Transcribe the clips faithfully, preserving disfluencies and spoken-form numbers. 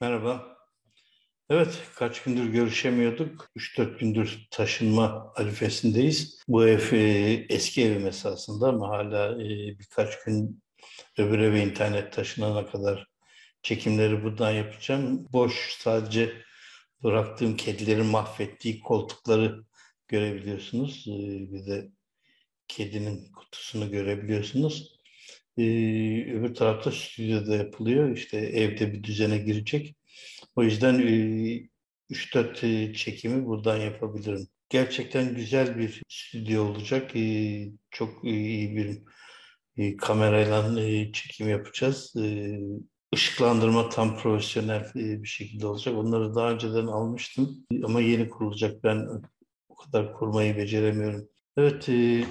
Merhaba. Evet, kaç gündür görüşemiyorduk. Üç dört gündür taşınma arifesindeyiz. Bu ev e, eski evim esasında ama hala e, birkaç gün öbür eve internet taşınana kadar çekimleri buradan yapacağım. Boş sadece bıraktığım kedilerin mahvettiği koltukları görebiliyorsunuz. E, bir de kedinin kutusunu görebiliyorsunuz. E, Öbür tarafta stüdyoda yapılıyor. İşte evde bir düzene girecek. O yüzden e, üç dört e, çekimi buradan yapabilirim. Gerçekten güzel bir stüdyo olacak. E, Çok iyi bir e, kamerayla e, çekim yapacağız. E, Işıklandırma tam profesyonel e, bir şekilde olacak. Onları daha önceden almıştım ama yeni kurulacak. Ben o kadar kurmayı beceremiyorum. Evet, e,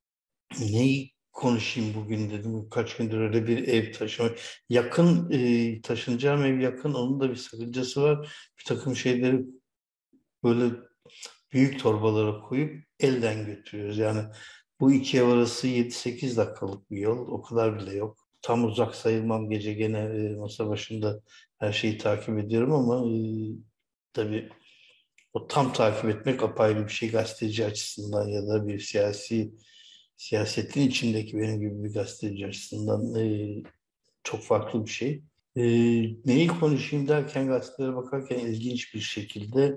neyi konuşayım bugün dedim. Kaç gündür öyle bir ev taşıma. Yakın, e, taşınacağım ev yakın. Onun da bir sakıncası var. Bir takım şeyleri böyle büyük torbalara koyup elden götürüyoruz. Yani bu iki ev arası yedi sekiz dakikalık bir yol. O kadar bile yok. Tam uzak sayılmam. Gece gene e, masa başında her şeyi takip ediyorum ama e, tabii o tam takip etmek apayrı bir şey gazeteci açısından ya da bir siyasi siyasetin içindeki benim gibi bir gazeteci açısından e, çok farklı bir şey. E, Neyi konuşayım derken gazetelere bakarken ilginç bir şekilde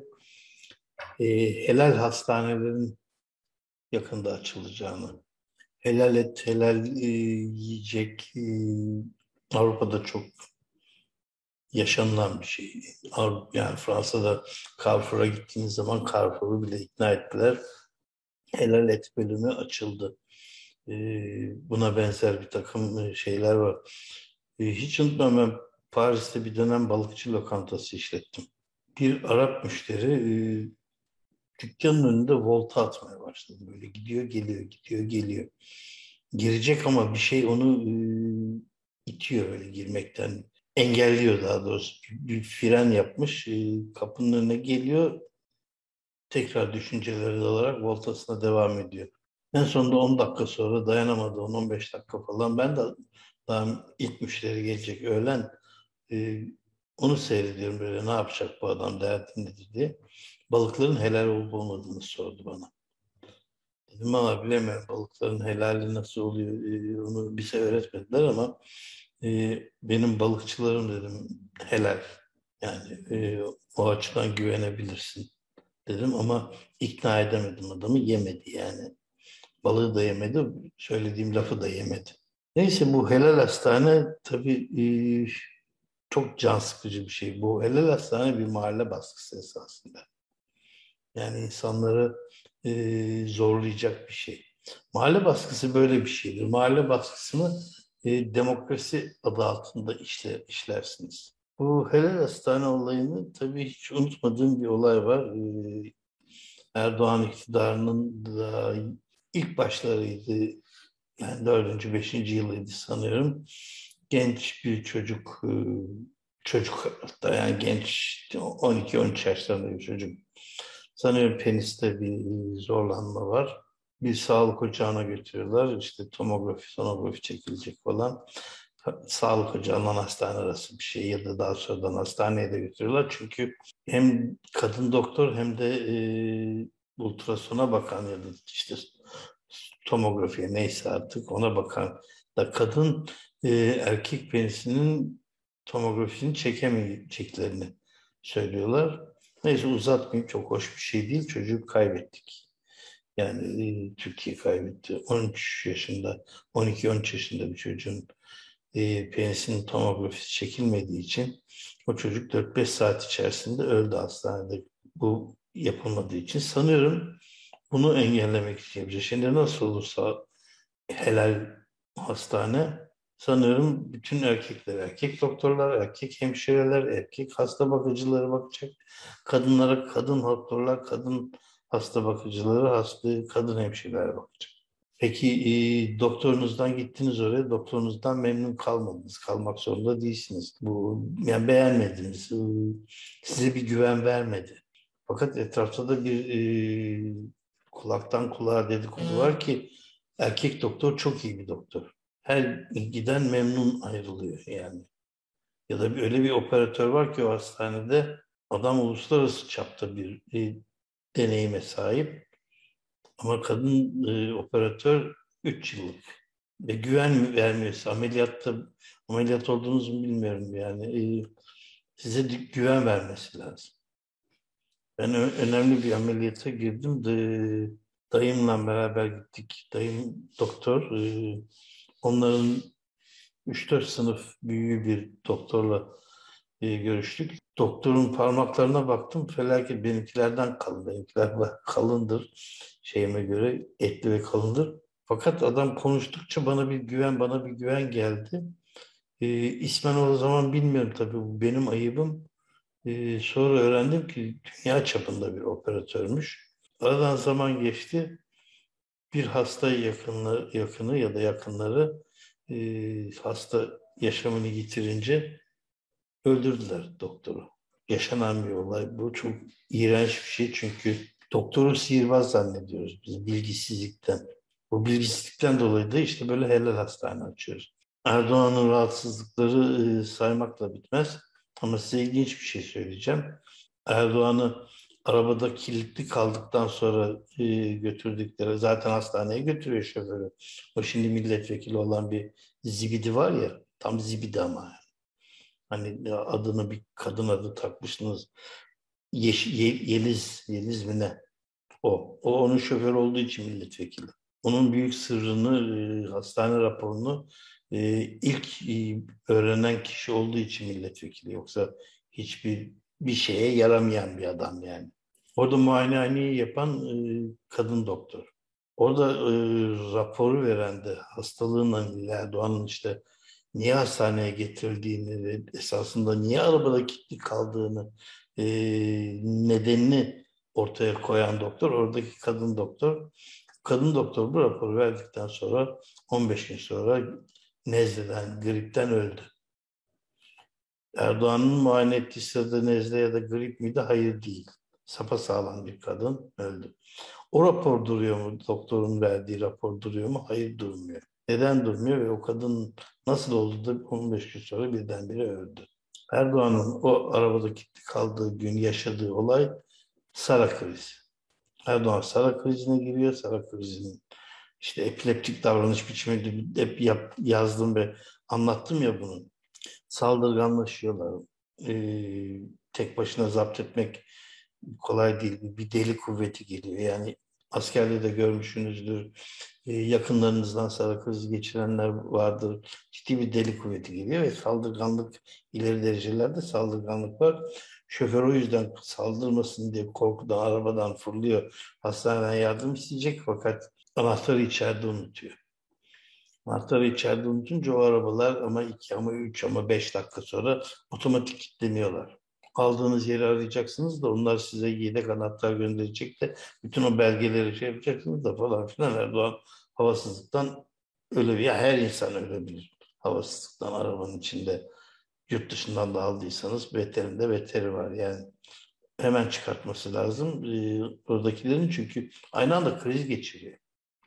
e, helal hastanelerin yakında açılacağını, helal et, helal e, yiyecek e, Avrupa'da çok yaşanılan bir şey. Avrupa, yani Fransa'da Carrefour'a gittiğiniz zaman Carrefour'u bile ikna ettiler. Helal et bölümü açıldı. E, Buna benzer bir takım e, şeyler var. E, hiç unutmam, ben Paris'te bir dönem balıkçı lokantası işlettim. Bir Arap müşteri e, dükkanın önünde volta atmaya başladı. Böyle gidiyor geliyor, gidiyor geliyor. Girecek ama bir şey onu e, itiyor öyle girmekten. Engelliyor daha doğrusu. Bir, bir fren yapmış. E, kapının önüne geliyor. Tekrar düşünceleri olarak voltasına devam ediyor. En sonunda on dakika sonra dayanamadı. on on beş dakika falan. Ben de daha ilk müşteri gelecek öğlen. E, Onu seyrediyorum böyle, ne yapacak bu adam, derdi nedir diye. Balıkların helal olup olmadığını sordu bana. Dedim valla bilemiyorum, balıkların helali nasıl oluyor, e, onu bize öğretmediler ama e, benim balıkçılarım dedim helal. Yani e, o açıdan güvenebilirsin dedim ama ikna edemedim adamı, yemedi yani. Balığı da yemedi, söylediğim lafı da yemedi. Neyse, bu helal hastane tabii e, çok can sıkıcı bir şey. Bu helal hastane bir mahalle baskısı esasında. Yani insanları e, zorlayacak bir şey. Mahalle baskısı böyle bir şeydir. Mahalle baskısını e, demokrasi adı altında işle, işlersiniz. Bu helal hastane olayını tabii hiç unutmadığım bir olay var. E, Erdoğan iktidarının da ilk başlarıydı. Yani dördüncü, beşinci yılıydı sanıyorum. Genç bir çocuk, e, çocuk hatta yani genç, on iki on üç yaşlarında bir çocuk. Sanıyorum peniste bir zorlanma var. Bir sağlık ocağına götürüyorlar. İşte tomografi, sonografi çekilecek falan. Sağlık ocağından hastane arası bir şey ya da daha sonradan hastaneye de götürüyorlar. Çünkü hem kadın doktor hem de e, ultrasona bakan ya da işte tomografiye neyse artık ona bakan da kadın e, erkek penisinin tomografisini çekemeyeceklerini söylüyorlar. Neyse uzatmayayım, çok hoş bir şey değil. Çocuğu kaybettik. Yani e, Türkiye kaybetti. on üç yaşında, on iki on üç yaşında bir çocuğun e, penisinin tomografisi çekilmediği için o çocuk dört beş saat içerisinde öldü hastanede. Bu yapılmadığı için sanıyorum bunu engellemek için yapacağız. Şimdi nasıl olursa helal hastane, sanıyorum bütün erkekler, erkek doktorlar, erkek hemşireler, erkek hasta bakıcıları bakacak. Kadınlara kadın doktorlar, kadın hasta bakıcıları, hasta kadın hemşireler bakacak. Peki e, doktorunuzdan gittiniz oraya, doktorunuzdan memnun kalmadınız, kalmak zorunda değilsiniz. Bu yani beğenmediniz, e, size bir güven vermedi. Fakat etrafta da bir e, kulaktan kulağa dedikodu var ki erkek doktor çok iyi bir doktor. Her giden memnun ayrılıyor yani. Ya da öyle bir operatör var ki o hastanede adam uluslararası çapta bir e, deneyime sahip. Ama kadın e, operatör üç yıllık ve güven vermiyorsa ameliyatta ameliyat olduğunuzu mu bilmiyorum yani e, size de güven vermesi lazım. Ben ö- önemli bir ameliyata girdim. De, dayımla beraber gittik. Dayım doktor. E, onların üç dört sınıf büyüğü bir doktorla e, görüştük. Doktorun parmaklarına baktım. Felaket benimkilerden kalın. Benimkiler bak- kalındır. Şeyime göre etli ve kalındır. Fakat adam konuştukça bana bir güven, bana bir güven geldi. E, ismen o zaman bilmiyorum tabii bu benim ayıbım. E, sonra öğrendim ki dünya çapında bir operatörmüş. Aradan zaman geçti. Bir hasta yakını, yakını ya da yakınları e, hasta yaşamını yitirince öldürdüler doktoru. Yaşanan bir olay. Bu çok iğrenç bir şey çünkü doktoru sihirbaz zannediyoruz biz bilgisizlikten. Bu bilgisizlikten dolayı da işte böyle helal hastane açıyoruz. Erdoğan'ın rahatsızlıkları e, saymakla bitmez. Ama size ilginç bir şey söyleyeceğim. Erdoğan'ı arabada kilitli kaldıktan sonra e, götürdükleri, zaten hastaneye götürüyor şoförü. O şimdi milletvekili olan bir zibidi var ya, tam zibidi ama. Hani adını bir kadın adı takmışsınız. Yeş, Ye- Yeliz, Yeliz mi ne? O. O onun şoförü olduğu için milletvekili. Onun büyük sırrını, e, hastane raporunu e, ilk e, öğrenen kişi olduğu için milletvekili. Yoksa hiçbir bir şeye yaramayan bir adam yani. Orada muayenehaneyi yapan e, kadın doktor. Orada e, raporu veren de hastalığınla ilgili Erdoğan'ın işte niye hastaneye getirildiğini ve esasında niye arabada kilitli kaldığını e, nedenini ortaya koyan doktor, oradaki kadın doktor. Kadın doktor bu raporu verdikten sonra on beş gün sonra nezleden, gripten öldü. Erdoğan'ın muayene ettiği sırada nezle ya da grip miydi? Hayır değil. Sapasağlam bir kadın öldü. O rapor duruyor mu? Doktorun verdiği rapor duruyor mu? Hayır durmuyor. Neden durmuyor ve o kadın nasıl oldu da on beş gün sonra birdenbire öldü? Erdoğan'ın o arabada kilitli kaldığı gün yaşadığı olay Sara krizi. Erdoğan Sara krizine giriyor. Sara krizinin işte epileptik davranış biçimini hep yap, yazdım ve anlattım ya bunu. Saldırganlaşıyorlar. Ee, tek başına zapt etmek kolay değil. Bir deli kuvveti geliyor. Yani askerde de görmüşsünüzdür. Ee, yakınlarınızdan sarı kriz geçirenler vardır. Ciddi bir deli kuvveti geliyor ve saldırganlık ileri derecelerde saldırganlık var. Şoför o yüzden saldırmasın diye korkudan arabadan fırlıyor. Hastaneden yardım isteyecek fakat anahtarı içeride unutuyor. Anahtarı içeride unutunca o arabalar ama iki ama üç ama beş dakika sonra otomatik kilitleniyorlar. Aldığınız yeri arayacaksınız da onlar size yedek anahtar gönderecek de bütün o belgeleri şey yapacaksınız da falan filan. Erdoğan havasızlıktan ölebilir. Ya her insan ölebilir. Havasızlıktan arabanın içinde yurt dışından da aldıysanız beterinde beteri var. Yani hemen çıkartması lazım. Ee, oradakilerin çünkü aynı anda kriz geçiriyor.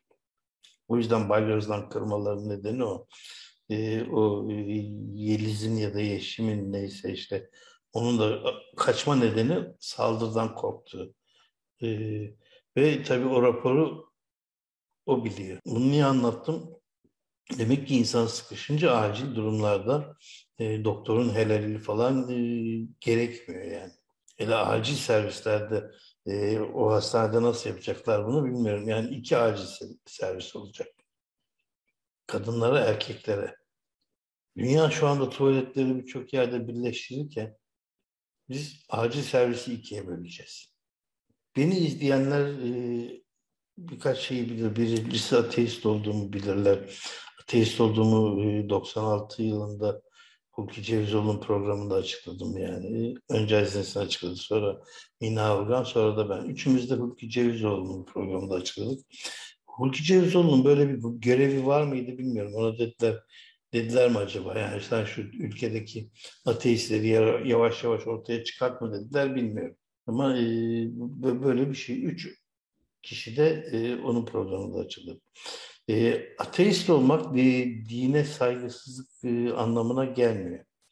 O yüzden balyozdan kırmaların nedeni o. Ee, o e, Yeliz'in ya da Yeşim'in neyse işte onun da kaçma nedeni saldırıdan korktu. Ee, ve tabii o raporu o biliyor. Bunu niye anlattım? Demek ki insan sıkışınca acil durumlarda e, doktorun helali falan e, gerekmiyor yani. Hele acil servislerde e, o hastanede nasıl yapacaklar bunu bilmiyorum. Yani iki acil servis olacak. Kadınlara, erkeklere. Dünya şu anda tuvaletleri birçok yerde birleştirirken biz acil servisi ikiye böleceğiz. Beni izleyenler e, birkaç şeyi bilir. Birincisi ateist olduğumu bilirler. Ateist olduğumu e, doksan altı yılında Hulki Cevizoğlu'nun programında açıkladım yani. Önce Aziz açıkladı, sonra Mina Avgan, sonra da ben. Üçümüz de Hulki Cevizoğlu'nun programında açıkladık. Hulki Cevizoğlu'nun böyle bir görevi var mıydı bilmiyorum. Ona dediler, dediler mi acaba? Yani sen şu ülkedeki ateistleri yavaş yavaş ortaya çıkartma dediler bilmiyorum. Ama e, böyle bir şey. Üç kişi de e, onun programında açıldı. E, ateist olmak e, dine saygısızlık e, anlamına gelmiyor.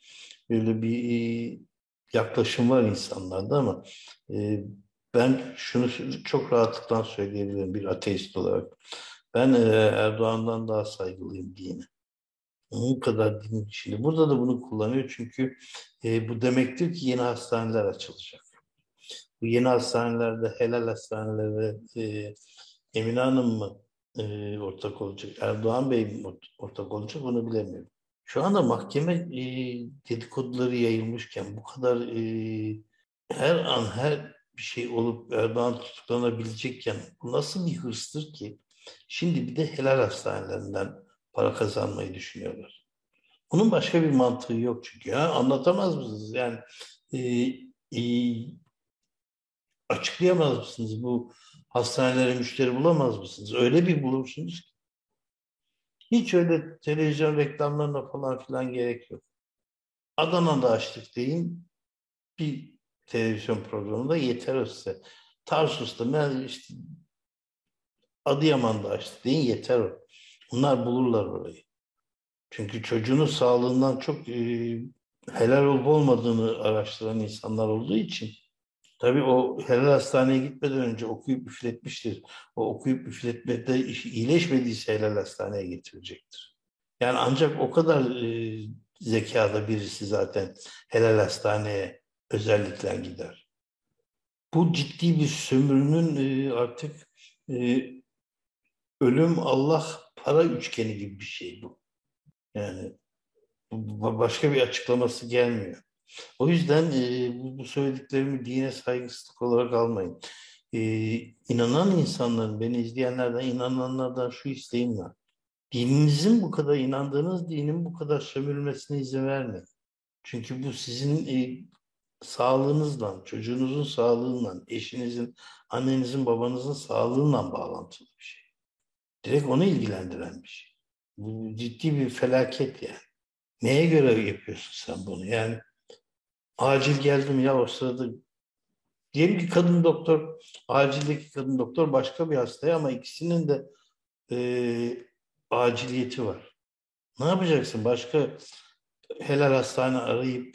böyle bir yaklaşım var insanlarda ama e, ben şunu çok rahatlıkla söyleyebilirim bir ateist olarak. Ben e, Erdoğan'dan daha saygılıyım dine. Bu kadar din içinde. Burada da bunu kullanıyor çünkü e, bu demektir ki yeni hastaneler açılacak. Bu yeni hastanelerde helal hastanelere e, Emine Hanım mı e, ortak olacak, Erdoğan Bey mi ort- ortak olacak onu bilemiyorum. Şu anda mahkeme e, dedikoduları yayılmışken bu kadar e, her an her bir şey olup Erdoğan tutuklanabilecekken bu nasıl bir hırstır ki? Şimdi bir de helal hastanelerinden para kazanmayı düşünüyorlar. Bunun başka bir mantığı yok çünkü. Ya. Anlatamaz mısınız? Yani e, e, açıklayamaz mısınız? Bu hastanelere müşteri bulamaz mısınız? Öyle bir bulursunuz ki. Hiç öyle televizyon reklamlarına falan filan gerek yok. Adana'da açtık deyin bir televizyon programında yeter o size. Tarsus'ta ben işte Adıyaman'da açtık deyin yeter o. Bunlar bulurlar orayı. Çünkü çocuğunun sağlığından çok e, helal olup olmadığını araştıran insanlar olduğu için tabii o helal hastaneye gitmeden önce okuyup üfletmiştir. O okuyup üfletmede işi iyileşmediyse helal hastaneye getirecektir. Yani ancak o kadar e, zekada birisi zaten helal hastaneye özellikle gider. Bu ciddi bir sömürünün e, artık e, ölüm, Allah, para üçgeni gibi bir şey bu. Yani bu- başka bir açıklaması gelmiyor. O yüzden e, bu, bu söylediklerimi dine saygısızlık olarak almayın. E, inanan insanların, beni izleyenlerden, inananlardan şu isteğim var. Dininizin bu kadar, inandığınız dinin bu kadar sömürülmesine izin vermeyin. Çünkü bu sizin e, sağlığınızla, çocuğunuzun sağlığıyla, eşinizin, annenizin, babanızın sağlığıyla bağlantılı bir şey. Direkt onu ilgilendiren bir şey. Bu ciddi bir felaket yani. Neye göre yapıyorsun sen bunu? Yani acil geldim ya o sırada. Diyelim ki kadın doktor, acildeki kadın doktor başka bir hastaya ama ikisinin de e, aciliyeti var. Ne yapacaksın? Başka helal hastane arayıp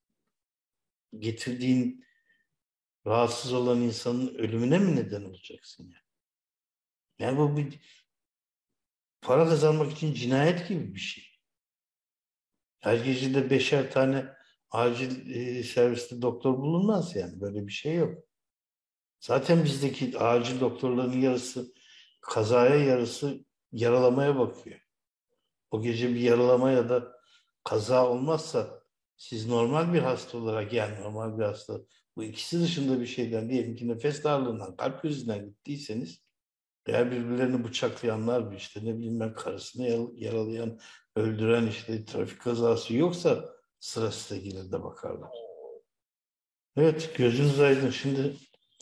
getirdiğin rahatsız olan insanın ölümüne mi neden olacaksın yani? Yani bu bir para kazanmak için cinayet gibi bir şey. Her gece de beşer tane acil e, serviste doktor bulunmaz yani. Böyle bir şey yok. Zaten bizdeki acil doktorların yarısı kazaya, yarısı yaralamaya bakıyor. O gece bir yaralama ya da kaza olmazsa siz normal bir hasta olarak yani normal bir hasta bu ikisi dışında bir şeyden diyelim ki nefes darlığından, kalp krizinden gittiyseniz eğer birbirlerini bıçaklayanlar işte ne bileyim ben karısını yaralayan, öldüren işte trafik kazası yoksa sıra size gelir de bakarlar. Evet gözünüz aydın. Şimdi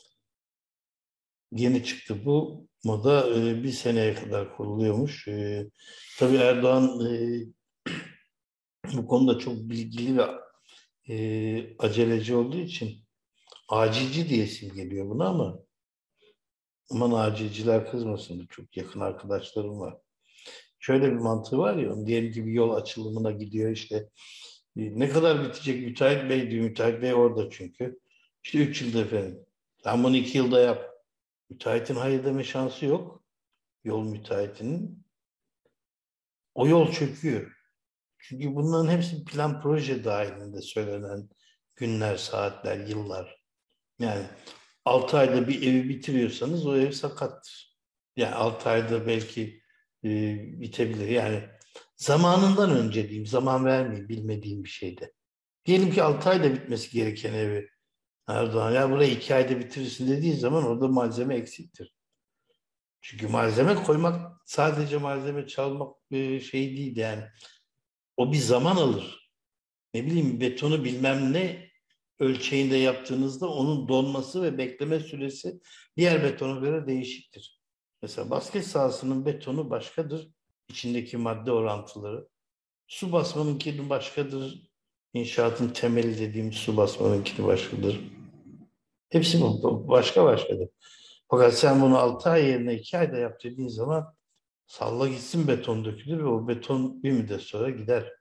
yeni çıktı bu moda e, bir seneye kadar kuruluyormuş. E, tabii Erdoğan e, bu konuda çok bilgili ve e, aceleci olduğu için acilci diye simgeliyor bunu ama aman acilciler kızmasın. Çok yakın arkadaşlarım var. Şöyle bir mantığı var ya, diyelim ki bir yol açılımına gidiyor işte. E, ne kadar bitecek müteahhit bey diyor. Müteahhit bey orada çünkü. İşte üç yılda efendim. Sen bunu iki yılda yap. Müteahhitin hayır deme şansı yok. Yol müteahhitinin. O yol çöküyor. Çünkü bunların hepsi plan proje dahilinde söylenen günler, saatler, yıllar. Yani altı ayda bir evi bitiriyorsanız o ev sakattır. Yani altı ayda belki e, bitebilir. Yani zamanından önce diyeyim, zaman vermeyeyim bilmediğim bir şeyde. Diyelim ki altı ayda bitmesi gereken evi Erdoğan ya burayı iki ayda bitirirsin dediği zaman orada malzeme eksiktir. Çünkü malzeme koymak sadece malzeme çalmak bir şey değil yani. O bir zaman alır. Ne bileyim betonu bilmem ne ölçeğinde yaptığınızda onun donması ve bekleme süresi diğer betona göre değişiktir. Mesela basket sahasının betonu başkadır. İçindeki madde orantıları. Su basmanınki başkadır. İnşaatın temeli dediğimiz su basmanınki başkadır. Hepsi bu. Başka başkadır. Fakat sen bunu altı ay yerine iki ayda yap dediğin zaman salla gitsin beton dökülür ve o beton bir müddet sonra gider.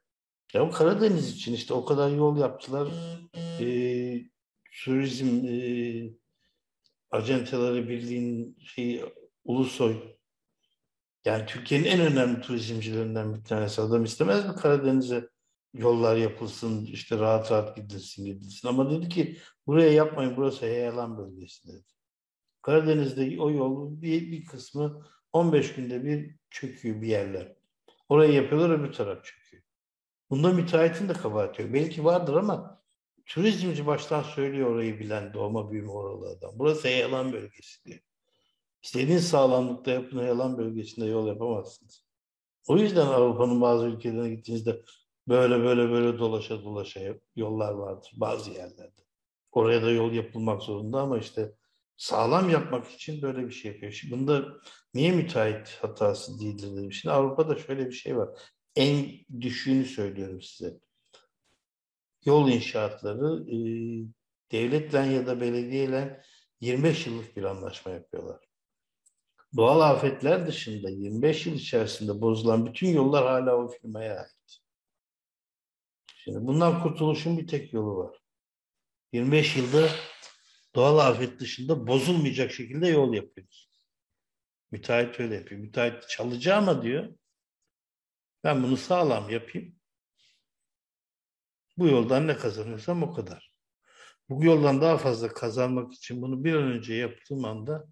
Ya o Karadeniz için işte o kadar yol yaptılar. Ee, turizm e, Acenteleri Birliği'nin şeyi Ulusoy, yani Türkiye'nin en önemli turizmcilerinden bir tanesi. Adam istemez mi Karadeniz'e yollar yapılsın, işte rahat rahat gidilsin, gidilsin. Ama dedi ki buraya yapmayın, burası heyelan bölgesi dedi. Karadeniz'de o yol bir, bir kısmı on beş günde bir çöküyor bir yerler. Orayı yapıyorlar, öbür taraf çöküyor. Bunda müteahhitin de kabahati yok. Belki vardır ama turizmci baştan söylüyor, orayı bilen, doğma büyüme oralı adam. Burası heyelan bölgesi diyor. İstediğin sağlamlıkta yapın, heyelan bölgesinde yol yapamazsınız. O yüzden Avrupa'nın bazı ülkelerine gittiğinizde böyle böyle böyle dolaşa dolaşa yollar vardır bazı yerlerde. Oraya da yol yapılmak zorunda ama işte sağlam yapmak için böyle bir şey yapıyor. Şimdi bunda niye müteahhit hatası değildir dedim. Şimdi Avrupa'da şöyle bir şey var. En düşüğünü söylüyorum size. Yol inşaatları e, devletle ya da belediyeyle yirmi beş yıllık bir anlaşma yapıyorlar. Doğal afetler dışında yirmi beş yıl içerisinde bozulan bütün yollar hala o firmaya ait. Şimdi bundan kurtuluşun bir tek yolu var. yirmi beş yılda doğal afet dışında bozulmayacak şekilde yol yapıyoruz. Müteahhit öyle yapıyor. Müteahhit çalacağım diyor. Ben bunu sağlam yapayım. Bu yoldan ne kazanıyorsam o kadar. Bu yoldan daha fazla kazanmak için bunu bir an önce yaptığım anda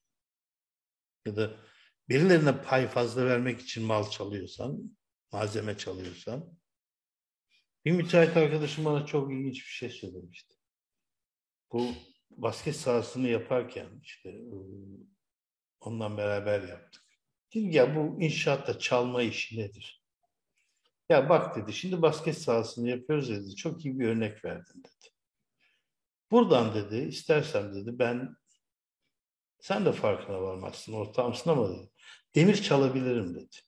ya da birilerine pay fazla vermek için mal çalıyorsan, malzeme çalıyorsan, bir müteahhit arkadaşım bana çok ilginç bir şey söylemişti. Bu basket sahasını yaparken işte ondan beraber yaptık. Dedim ya bu inşaatta çalma işi nedir? Ya bak dedi, şimdi basket sahasını yapıyoruz dedi. Çok iyi bir örnek verdin dedi. Buradan dedi istersen dedi ben, sen de farkına varmazsın ortağımsın ama dedi, demir çalabilirim dedi.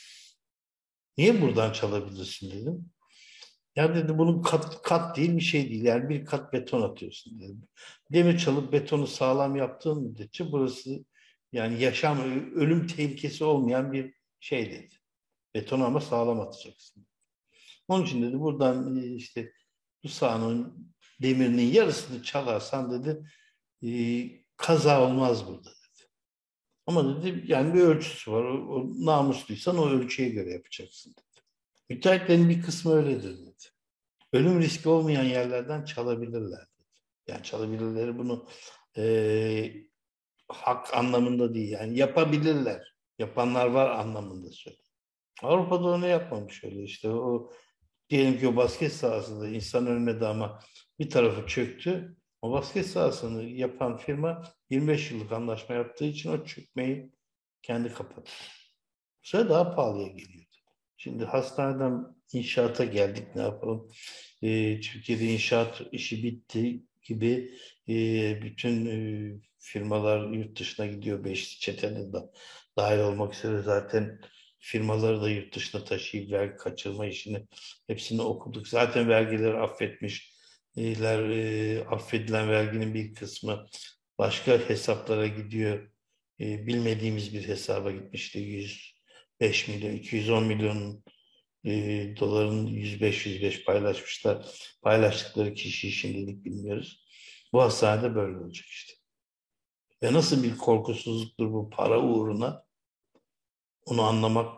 Niye buradan çalabilirsin dedim. Ya dedi bunun kat, kat değil bir şey değil. Yani bir kat beton atıyorsun dedim. Demir çalıp betonu sağlam yaptığın müddetçe burası yani yaşam, ölüm tehlikesi olmayan bir şey dedi. Betonu ama sağlam atacaksın. Onun için dedi buradan e, işte bu sahanın demirinin yarısını çalarsan dedi e, kaza olmaz burada dedi. Ama dedi yani bir ölçüsü var. O, o namusluysan o ölçüye göre yapacaksın dedi. Müteahhitlerin bir kısmı öyledir dedi. Ölüm riski olmayan yerlerden çalabilirler dedi. Yani çalabilirleri bunu e, hak anlamında değil. Yani yapabilirler. Yapanlar var anlamında söylüyor. Avrupa'da onu yapmamış öyle işte. O diyelim ki o basket sahasında insan ölmedi ama bir tarafı çöktü. O basket sahasını yapan firma yirmi beş yıllık anlaşma yaptığı için o çökmeyi kendi kapattı. Bu sefer daha pahalıya geliyordu. Şimdi hastaneden inşaata geldik, ne yapalım? Ee, Türkiye'de inşaat işi bitti gibi e, bütün e, firmalar yurt dışına gidiyor. Beşli çetede de dahil olmak üzere zaten firmaları da yurt dışına taşıyıp vergi kaçırma işini hepsini okuduk. Zaten vergileri affetmişler. E, affedilen verginin bir kısmı başka hesaplara gidiyor. E, bilmediğimiz bir hesaba gitmişti. yüz beş milyon, iki yüz on milyon e, doların yüz beş yüz beş paylaşmışlar. Paylaştıkları kişiyi şimdilik bilmiyoruz. Bu hastanede böyle olacak işte. Ve nasıl bir korkusuzluktur bu para uğruna, onu anlamak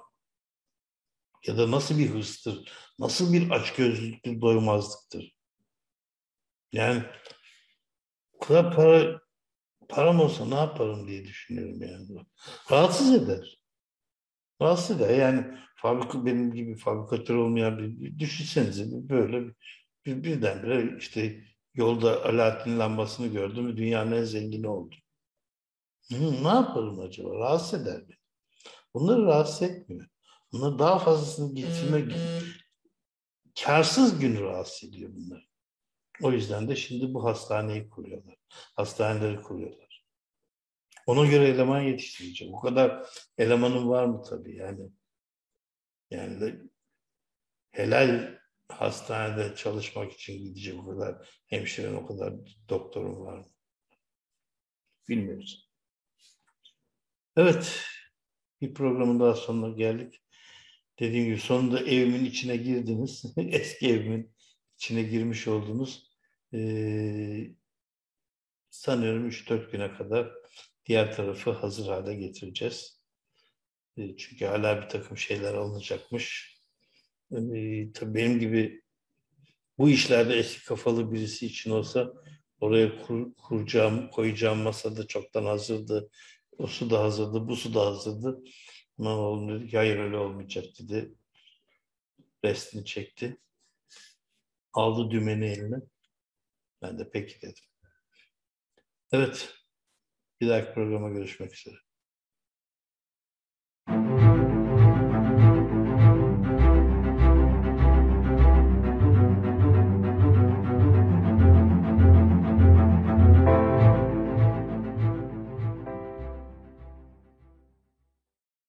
ya da nasıl bir hırstır, nasıl bir açgözlülüktür, doymazlıktır. Yani o kadar para, param olsa ne yaparım diye düşünüyorum yani. Rahatsız eder. Rahatsız eder. Yani fabrika, benim gibi fabrikatör olmayan bir, düşünsenize böyle bir, bir, birdenbire işte yolda Alaaddin lambasını gördüm ve dünyanın en zengini oldum. Hı, ne yaparım acaba? Rahatsız eder beni. Bunları rahatsız etmiyor. Bunlar daha fazlasını getirmek, karsız gün rahatsız ediyor bunlar. O yüzden de şimdi bu hastaneyi kuruyorlar. Hastaneleri kuruyorlar. Ona göre eleman yetiştirecek. O kadar elemanın var mı tabii yani. Yani de helal hastanede çalışmak için gidecek o kadar hemşiren, o kadar doktorun var mı? Bilmiyoruz. Evet, bir programın daha sonuna geldik. Dediğim gibi sonunda evimin içine girdiniz. Eski evimin içine girmiş oldunuz. Ee, sanıyorum üç dört güne kadar diğer tarafı hazır hale getireceğiz. Ee, çünkü hala bir takım şeyler alınacakmış. Ee, tabii benim gibi bu işlerde eski kafalı birisi için olsa oraya kur, kuracağım, koyacağım masa da çoktan hazırdı. O su da hazırdı, bu su da hazırdı. Ama oğlum dedi ki hayır öyle olmayacak dedi. Restini çekti. Aldı dümeni eline. Ben de peki dedim. Evet, bir dahaki programa görüşmek üzere.